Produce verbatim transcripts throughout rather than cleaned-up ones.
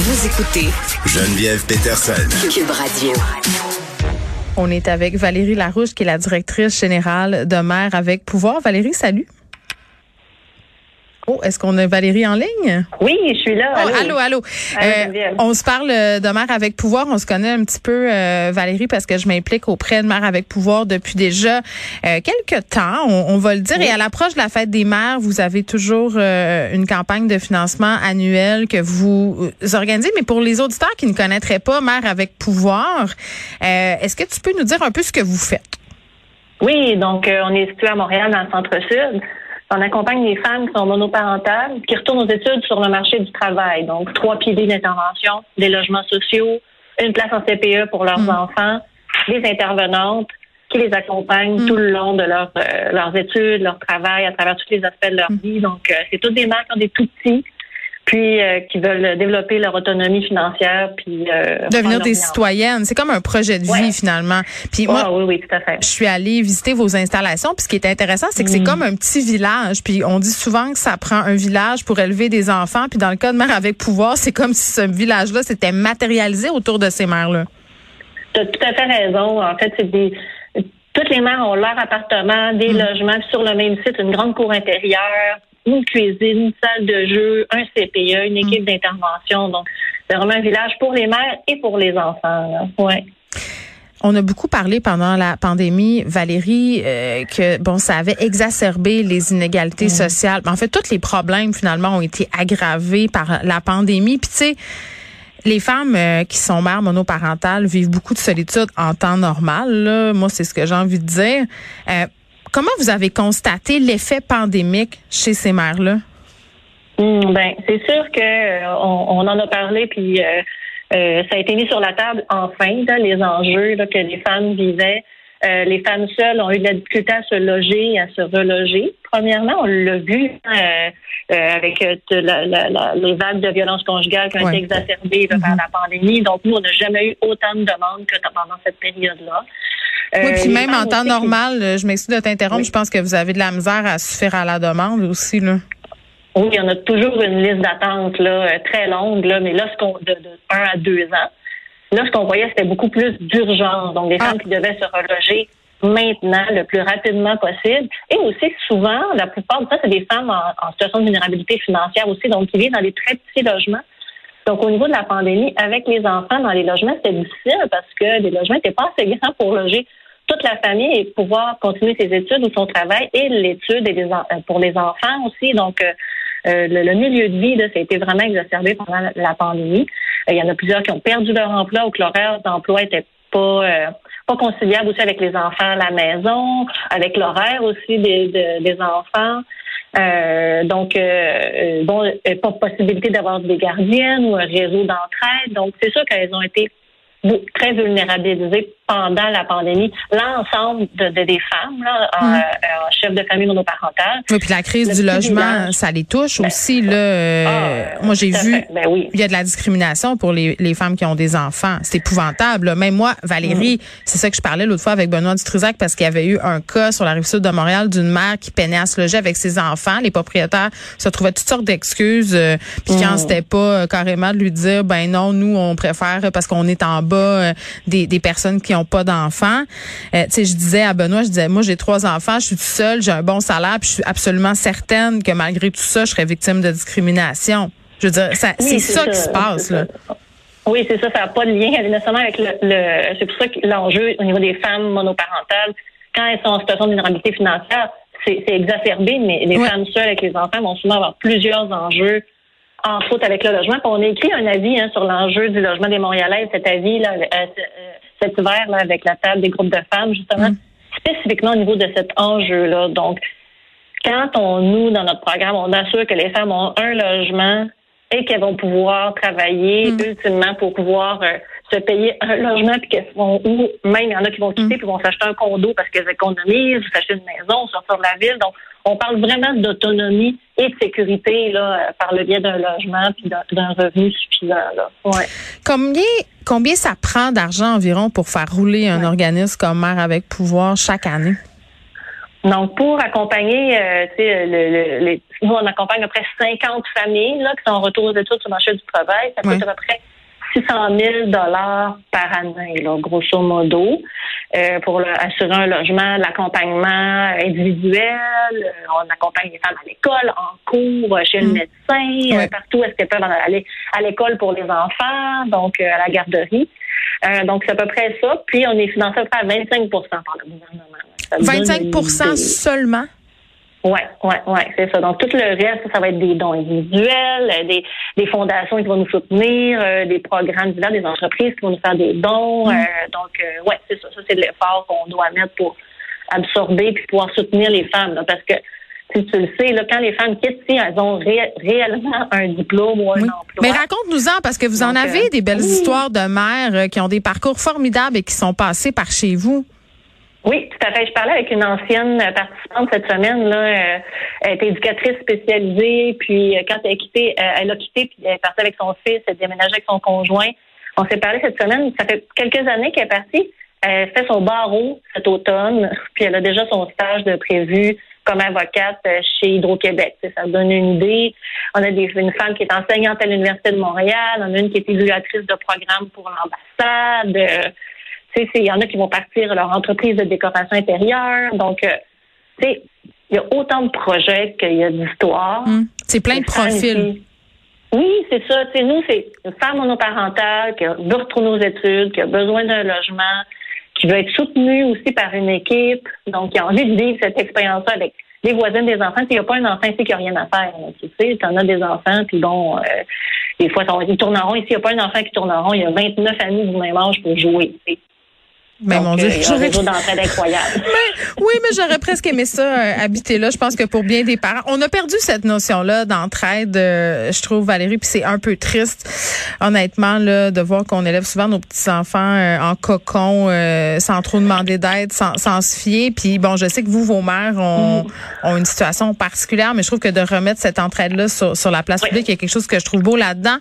Vous écoutez Geneviève Peterson. Cube Radio. On est avec Valérie Larouche, qui est la directrice générale de Mères avec pouvoir. Valérie, salut. Oh, est-ce qu'on a Valérie en ligne? Oui, je suis là. Oh, allô, allô. allô euh, on se parle de Mères avec pouvoir. On se connaît un petit peu, euh, Valérie, parce que je m'implique auprès de Mères avec pouvoir depuis déjà euh, quelques temps, on, on va le dire. Oui. Et à l'approche de la fête des mères, vous avez toujours euh, une campagne de financement annuelle que vous organisez. Mais pour les auditeurs qui ne connaîtraient pas Mères avec pouvoir, euh, est-ce que tu peux nous dire un peu ce que vous faites? Oui, donc euh, on est situé à Montréal, dans le centre-sud. On accompagne les femmes qui sont monoparentales, qui retournent aux études sur le marché du travail. Donc, trois piliers d'intervention, des logements sociaux, une place en C P E pour leurs mmh. enfants, des intervenantes qui les accompagnent mmh. tout le long de leur, euh, leurs études, leur travail, à travers tous les aspects de leur mmh. vie. Donc, euh, c'est toutes des mères qui ont des tout-petits, puis euh, qui veulent développer leur autonomie financière, puis euh, devenir des citoyennes. C'est comme un projet de vie, ouais. finalement. Puis oh, moi, oui, oui, tout à fait. Je suis allée visiter vos installations, puis ce qui est intéressant, c'est que mmh. c'est comme un petit village. Puis on dit souvent que ça prend un village pour élever des enfants. Puis dans le cas de Mères avec pouvoir, c'est comme si ce village-là s'était matérialisé autour de ces mères-là. Tu as tout à fait raison. En fait, c'est des toutes les mères ont leur appartement, des mmh. logements, puis sur le même site, une grande cour intérieure, une cuisine, une salle de jeu, un C P E, une équipe mmh. d'intervention. Donc, c'est vraiment un village pour les mères et pour les enfants. Ouais. On a beaucoup parlé pendant la pandémie, Valérie, euh, que bon, ça avait exacerbé les inégalités mmh. sociales. En fait, tous les problèmes finalement ont été aggravés par la pandémie. Puis tu sais, les femmes euh, qui sont mères monoparentales vivent beaucoup de solitude en temps normal. Là. Moi, c'est ce que j'ai envie de dire. Euh, Comment vous avez constaté l'effet pandémique chez ces mères-là? Mmh, ben, c'est sûr que euh, on, on en a parlé, puis euh, euh, ça a été mis sur la table enfin, là, les enjeux là, que les femmes vivaient. Euh, les femmes seules ont eu de la difficulté à se loger et à se reloger. Premièrement, on l'a vu euh, euh, avec euh, la, la, la, les vagues de violence conjugale qui ont ouais. été exacerbées là, mm-hmm. par la pandémie. Donc, nous, on n'a jamais eu autant de demandes que pendant cette période-là. Oui, puis euh, même en temps normal, qui... je m'excuse de t'interrompre, oui. je pense que vous avez de la misère à suffire à la demande aussi, là. Oui, on a toujours une liste d'attente là, très longue, là, mais là, ce qu'on de, de un à deux ans, là, ce qu'on voyait, c'était beaucoup plus d'urgence. Donc, des ah. femmes qui devaient se reloger maintenant, le plus rapidement possible. Et aussi, souvent, la plupart du temps, c'est des femmes en, en situation de vulnérabilité financière aussi, donc qui vivent dans des très petits logements. Donc, au niveau de la pandémie, avec les enfants dans les logements, c'était difficile parce que les logements n'étaient pas assez grands pour loger toute la famille et pouvoir continuer ses études ou son travail et l'étude et les en- pour les enfants aussi. Donc, euh, euh, le, le milieu de vie, là, ça a été vraiment exacerbé pendant la, la pandémie. Euh, il y en a plusieurs qui ont perdu leur emploi ou que l'horaire d'emploi était pas euh, pas conciliable aussi avec les enfants à la maison, avec l'horaire aussi des, de, des enfants. Euh, donc, euh, bon, pas de possibilité d'avoir des gardiennes ou un réseau d'entraide. Donc, c'est sûr qu'elles ont été très vulnérabilisées pendant la pandémie. L'ensemble de, de des femmes, là, mmh. en, en chef de famille monoparentale. Oui, puis la crise du logement, village, ça les touche ben, aussi. Là, euh, ah, moi, j'ai vu, ben oui. il y a de la discrimination pour les, les femmes qui ont des enfants. C'est épouvantable. Là. Même moi, Valérie, mmh. c'est ça que je parlais l'autre fois avec Benoît Dutrisac, parce qu'il y avait eu un cas sur la Rive-Sud de Montréal d'une mère qui peinait à se loger avec ses enfants. Les propriétaires se trouvaient toutes sortes d'excuses. Euh, puis mmh. quand c'était pas euh, carrément de lui dire, ben non, nous, on préfère, parce qu'on est en bas euh, des, des personnes qui ont pas d'enfants. Euh, tu sais, je disais à Benoît, je disais, moi, j'ai trois enfants, je suis toute seule, j'ai un bon salaire, puis je suis absolument certaine que malgré tout ça, je serais victime de discrimination. Je veux dire, ça, oui, c'est, c'est ça, ça qui se passe, là. Ça. Oui, c'est ça, ça n'a pas de lien nécessairement avec le, le... C'est pour ça que l'enjeu au niveau des femmes monoparentales, quand elles sont en situation de vulnérabilité financière, c'est, c'est exacerbé, mais les oui. femmes seules avec les enfants vont souvent avoir plusieurs enjeux, entre autres avec le logement. Puis on a écrit un avis hein, sur l'enjeu du logement des Montréalais, cet avis là, euh, cet hiver là, avec la table des groupes de femmes, justement, mm. spécifiquement au niveau de cet enjeu-là. Donc, quand on, nous, dans notre programme, on assure que les femmes ont un logement et qu'elles vont pouvoir travailler mm. ultimement pour pouvoir euh, se payer un logement, puis qu'elles vont, ou même il y en a qui vont quitter, mm. puis vont s'acheter un condo parce qu'elles économisent, s'acheter une maison, sortir de la ville. Donc, on parle vraiment d'autonomie et de sécurité là, par le biais d'un logement puis d'un, d'un revenu suffisant. Là. Ouais. Combien, combien ça prend d'argent environ pour faire rouler un ouais. organisme comme Mères avec pouvoir chaque année? Donc, pour accompagner, euh, tu sais, le, le, les, nous, on accompagne à peu près cinquante familles là, qui sont en retour aux études sur le marché du travail. Ça coûte oui. à peu près six cent mille dollars par année, là, grosso modo, euh, pour le, assurer un logement, l'accompagnement individuel. Euh, on accompagne les femmes à l'école, en cours, chez le mmh. médecin, ouais. euh, partout est-ce qu'elles peuvent aller à l'école pour les enfants, donc euh, à la garderie. Euh, donc, c'est à peu près ça. Puis, on est financé à peu près à vingt-cinq pour cent par le gouvernement. vingt-cinq pour cent seulement? Oui, oui, oui, c'est ça. Donc, tout le reste, ça va être des dons individuels, des, des fondations qui vont nous soutenir, euh, des programmes divers, des entreprises qui vont nous faire des dons. Mm. Euh, donc, euh, ouais, c'est ça. Ça, c'est de l'effort qu'on doit mettre pour absorber puis pouvoir soutenir les femmes. Là, parce que, si tu le sais, là, quand les femmes quittent ici, elles ont ré- réellement un diplôme ou un oui. emploi. Mais raconte-nous-en, parce que vous donc, en avez euh, des belles oui. histoires de mères euh, qui ont des parcours formidables et qui sont passées par chez vous. Oui, tout à fait. Je parlais avec une ancienne participante cette semaine. Là, euh, elle était éducatrice spécialisée, puis quand elle a quitté, euh, elle a quitté, puis elle est partie avec son fils, elle déménageait avec son conjoint. On s'est parlé cette semaine. Ça fait quelques années qu'elle est partie. Elle fait son barreau cet automne, puis elle a déjà son stage de prévu comme avocate chez Hydro-Québec. Ça donne une idée. On a des, une femme qui est enseignante à l'Université de Montréal. On a une qui est évaluatrice de programme pour l'ambassade. Euh, Tu sais, il y en a qui vont partir leur entreprise de décoration intérieure. Donc, euh, tu sais, il y a autant de projets qu'il y a d'histoires. Mmh. C'est plein de profils. Ici. Oui, c'est ça. Tu sais, nous, c'est une femme monoparentale qui veut retourner aux études, qui a besoin d'un logement, qui veut être soutenue aussi par une équipe. Donc, qui a envie de vivre cette expérience-là avec les voisines des enfants. Il n'y a pas un enfant ici qui n'a rien à faire. Là, tu sais, tu en as des enfants, puis bon, euh, des fois, ils tourneront. Ici, il n'y a pas un enfant qui tournera. Il y a vingt-neuf amis du même âge pour jouer. Tu sais. Mais donc, mon Dieu, euh, il y a un réseau d'entraide incroyable. mais, oui, mais j'aurais presque aimé ça, euh, habiter là. Je pense que pour bien des parents, on a perdu cette notion-là d'entraide, euh, je trouve, Valérie, puis c'est un peu triste, honnêtement, là, de voir qu'on élève souvent nos petits-enfants euh, en cocon, euh, sans trop demander d'aide, sans, sans se fier. Puis bon, je sais que vous, vos mères, ont, mmh. ont une situation particulière, mais je trouve que de remettre cette entraide-là sur, sur la place oui. publique, il y a quelque chose que je trouve beau là-dedans.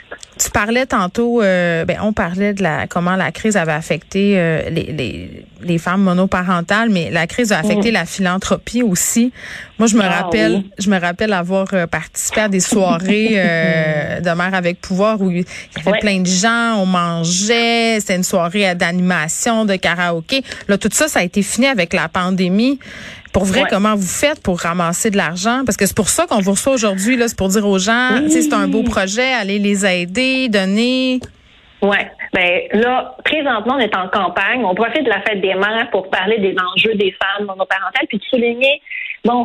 Tu parlais tantôt, euh, ben on parlait de la comment la crise avait affecté euh, les, les les femmes monoparentales, mais la crise a affecté mmh. la philanthropie aussi. Moi, je me ah, rappelle, oui. je me rappelle avoir euh, participé à des soirées euh, de mères avec pouvoir où il y avait ouais. plein de gens, on mangeait, c'était une soirée d'animation, de karaoké. Là, tout ça, ça a été fini avec la pandémie. Pour vrai, ouais. comment vous faites pour ramasser de l'argent? Parce que c'est pour ça qu'on vous reçoit aujourd'hui, là, c'est pour dire aux gens, oui. tu sais, c'est un beau projet, allez les aider, donner. Oui. Ben là, présentement, on est en campagne. On profite de la fête des mères pour parler des enjeux des femmes monoparentales, puis de souligner, bon,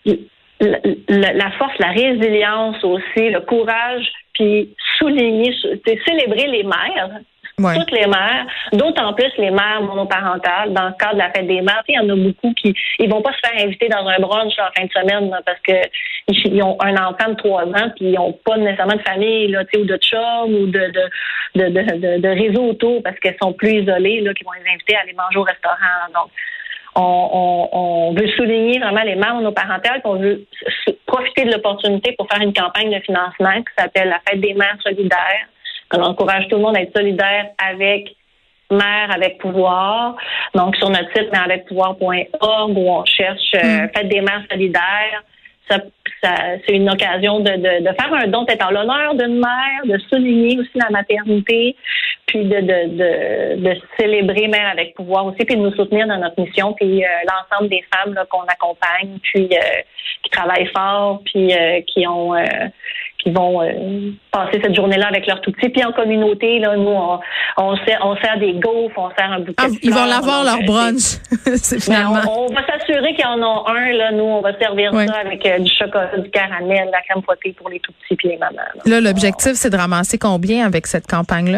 la, la, la force, la résilience aussi, le courage, puis souligner, célébrer les mères. Ouais. Toutes les mères, d'autant plus les mères monoparentales, dans le cadre de la fête des mères. Il y en a beaucoup qui ils vont pas se faire inviter dans un brunch en fin de semaine là, parce que ils ont un enfant de trois ans puis ils ont pas nécessairement de famille là, ou de chum ou de de, de, de, de, de réseau autour parce qu'elles sont plus isolées, là, qui vont les inviter à aller manger au restaurant. Donc, on, on, on veut souligner vraiment les mères monoparentales, qu'on veut profiter de l'opportunité pour faire une campagne de financement qui s'appelle la Fête des mères solidaires. On encourage tout le monde à être solidaire avec Mères avec pouvoir. Donc, sur notre site mères avec pouvoir point org où on cherche euh, Fête des mères solidaires. Ça, ça, c'est une occasion de, de, de faire un don, peut-être en l'honneur d'une mère, de souligner aussi la maternité, puis de, de, de, de célébrer Mères avec pouvoir aussi, puis de nous soutenir dans notre mission, puis euh, l'ensemble des femmes là, qu'on accompagne, puis euh, qui travaillent fort, puis euh, qui ont... Euh, qui vont euh, passer cette journée-là avec leurs tout-petits. Puis en communauté, là, nous, on, on, sert, on sert des gaufres, on sert un bouquet ah, de Ils fleurs, vont l'avoir, leur brunch. C'est finalement. On, on va s'assurer qu'il y en a un, là. Nous, on va servir ouais. ça avec euh, du chocolat, du caramel, la crème fouettée pour les tout-petits puis les mamans. Là, là l'objectif, c'est de ramasser combien avec cette campagne-là?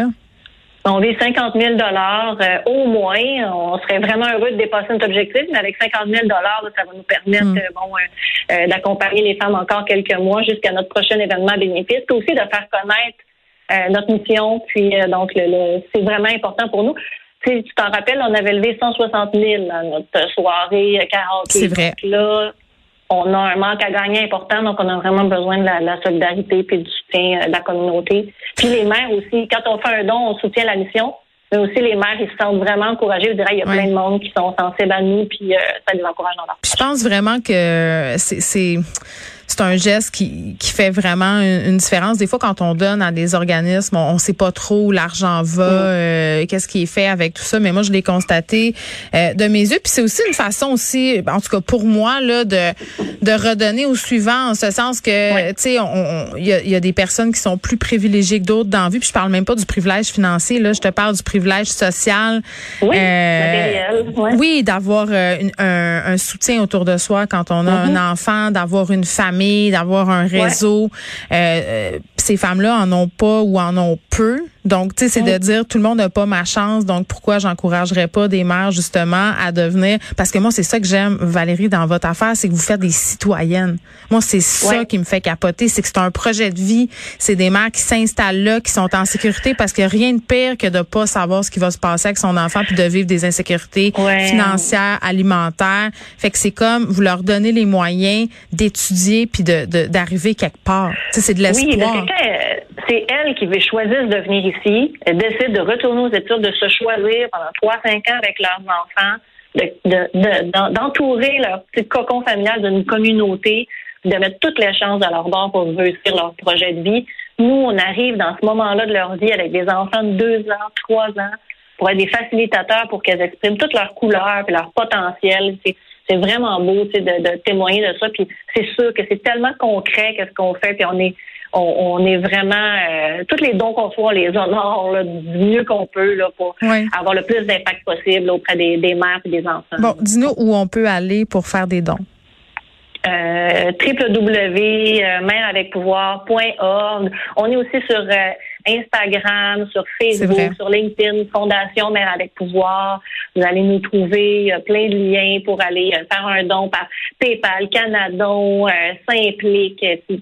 On vise cinquante mille dollars euh, au moins. On serait vraiment heureux de dépasser notre objectif, mais avec cinquante mille dollars, ça va nous permettre mm. euh, bon, euh, euh, d'accompagner les femmes encore quelques mois jusqu'à notre prochain événement bénéfice, puis aussi de faire connaître euh, notre mission. Puis euh, donc, le, le, c'est vraiment important pour nous. Tu sais, tu t'en rappelles, on avait levé cent soixante mille à notre soirée karaoké. C'est vrai. Donc là, on a un manque à gagner important, donc on a vraiment besoin de la, de la solidarité puis du soutien euh, de la communauté. Puis les mères aussi, quand on fait un don, on soutient la mission. mais aussi les mères, ils se sentent vraiment encouragés. Je dirais, il y a ouais. plein de monde qui sont sensibles à nous, puis euh, ça les encourage dans leur. Je pense vraiment que c'est, c'est, c'est un geste qui, qui fait vraiment une, une différence. Des fois, quand on donne à des organismes, on ne sait pas trop où l'argent va, mmh. euh, qu'est-ce qui est fait avec tout ça. Mais moi, je l'ai constaté euh, de mes yeux. Puis c'est aussi une façon aussi, en tout cas pour moi, là, de de redonner au suivant, en ce sens que, ouais. tu sais, il y a, y a des personnes qui sont plus privilégiées que d'autres dans la vie. Puis je parle même pas du privilège financier. Là, je te parle du privilège social. Oui, euh, matériel. Ouais. Oui, d'avoir euh, une, un, un soutien autour de soi quand on a mmh. un enfant, d'avoir une famille, d'avoir un réseau. Ouais. Euh, ces femmes-là en ont pas ou en ont peu. Donc, tu sais, c'est mmh. de dire tout le monde n'a pas ma chance. Donc, pourquoi j'encouragerais pas des mères, justement, à devenir... Parce que moi, c'est ça que j'aime, Valérie, dans votre affaire, c'est que vous faites des citoyennes. Moi, c'est ça ouais. qui me fait capoter. C'est que c'est un projet de vie. C'est des mères qui s'installent là, qui sont en sécurité, parce qu'il n'y a rien de pire que de pas savoir ce qui va se passer avec son enfant puis de vivre des insécurités ouais. financières, alimentaires. Fait que c'est comme vous leur donnez les moyens d'étudier puis de, de d'arriver quelque part. Tu sais, c'est de l'espoir. Oui, parce que quand, c'est elle qui veut choisir de venir ici, elle décide de retourner aux études, de se choisir pendant trois à cinq ans avec leurs enfants, de, de, de, d'entourer leur petit cocon familial d'une communauté, de mettre toutes les chances à leur bord pour réussir leur projet de vie. Nous, on arrive dans ce moment-là de leur vie avec des enfants de deux ans, trois ans, pour être des facilitateurs pour qu'elles expriment toutes leurs couleurs et leur potentiel. C'est, c'est vraiment beau, tu sais, de, de témoigner de ça. Puis c'est sûr que c'est tellement concret qu'est-ce qu'on fait, puis on est On, on est vraiment, euh, tous les dons qu'on fait, on les honore là, du mieux qu'on peut là, pour oui. avoir le plus d'impact possible auprès des, des mères et des enfants. Bon, dis-nous où on peut aller pour faire des dons. Euh, w w w point mère avec pouvoir point org. On est aussi sur euh, Instagram, sur Facebook, sur LinkedIn, Fondation Mère avec pouvoir. Vous allez nous trouver, il y a plein de liens pour aller euh, faire un don par PayPal, Canadon, euh, Simplique,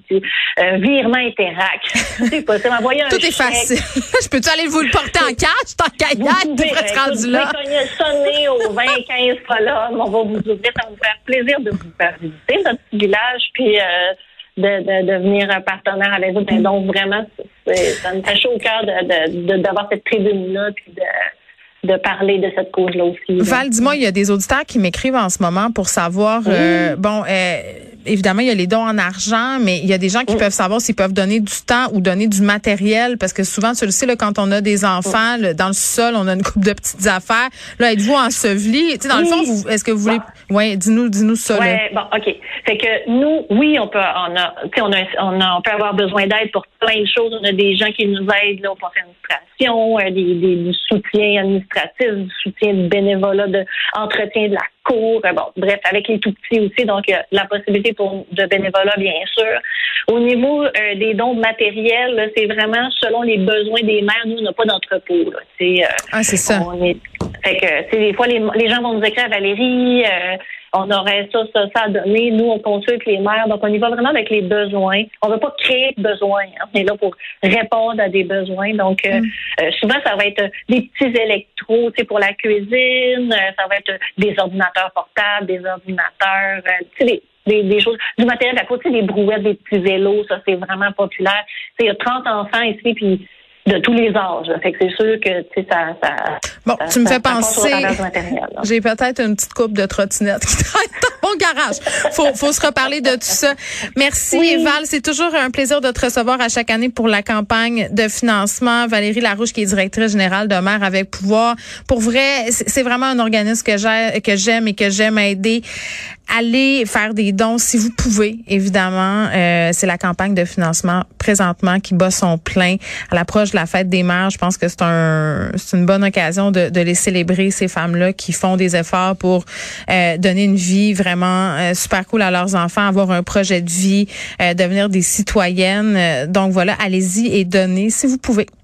euh, virement Interac. C'est possible. Envoyer un Tout chèque. Est facile. Je peux-tu aller vous le porter en cash? Tant qu'à y être, tu serais rendu là. Vous pouvez sonner au vingt quinze colonnes. On va vous ouvrir. Ça va vous faire plaisir de vous faire visiter notre petit village, puis euh, de, de, de devenir un partenaire avec vous. Ben, donc, vraiment, c'est, ça me fait chaud au cœur de, de, de, d'avoir cette tribune-là, puis de, de parler de cette cause-là aussi. Là. Val, dis-moi, il y a des auditeurs qui m'écrivent en ce moment pour savoir, mmh. euh, bon, euh, évidemment, il y a les dons en argent, mais il y a des gens qui mmh. peuvent savoir s'ils peuvent donner du temps ou donner du matériel, parce que souvent, tu le sais, là, quand on a des enfants, mmh. là, dans le sol, on a une couple de petites affaires. Là, êtes-vous enseveli? Tu sais, dans oui. le fond, vous, est-ce que vous voulez... Bon. Ouais, dis-nous, dis-nous ça. Ouais, là. bon, OK. Fait que nous, oui, on peut, on a, tu sais, on a, on a, on peut avoir besoin d'aide pour plein de choses. On a des gens qui nous aident, là, au conseil d'administration, euh, des, des, du soutien administratif, du soutien de bénévolat, de entretien de la cour. Euh, bon, bref, avec les tout petits aussi, donc, il y a la possibilité pour de bénévolat, bien sûr. Au niveau euh, des dons matériels, là, c'est vraiment selon les besoins des mères. Nous, on n'a pas d'entrepôt, là. C'est, euh, ah, c'est ça. On est, fait que, tu sais, des fois, les, les gens vont nous écrire à Valérie, euh, on aurait ça, ça, ça à donner. Nous, on consulte les mères. Donc, on y va vraiment avec les besoins. On ne veut pas créer de besoins. Hein. On est là pour répondre à des besoins. Donc, euh, mm. euh, souvent, ça va être des petits électros, tu sais, pour la cuisine. Euh, ça va être des ordinateurs portables, des ordinateurs, euh, tu sais, des, des, des choses, du matériel à côté, des brouettes, des petits vélos. Ça, c'est vraiment populaire. Tu sais, il y a trente enfants ici, puis de tous les âges. Fait que c'est sûr que, tu sais, ça, ça... Bon, ça, tu me ça, fais penser... J'ai peut-être une petite coupe de trottinette qui traîne dans mon garage. Faut, faut se reparler de tout ça. Merci, oui. Val. C'est toujours un plaisir de te recevoir à chaque année pour la campagne de financement. Valérie Larouche, qui est directrice générale de Mère avec pouvoir. Pour vrai, c'est vraiment un organisme que j'ai, que j'aime et que j'aime aider. Allez faire des dons si vous pouvez, évidemment. Euh, c'est la campagne de financement présentement qui bat son plein. À l'approche de la fête des mères, je pense que c'est un c'est une bonne occasion de, de les célébrer, ces femmes-là qui font des efforts pour euh, donner une vie vraiment euh, super cool à leurs enfants, avoir un projet de vie, euh, devenir des citoyennes. Donc voilà, allez-y et donnez si vous pouvez.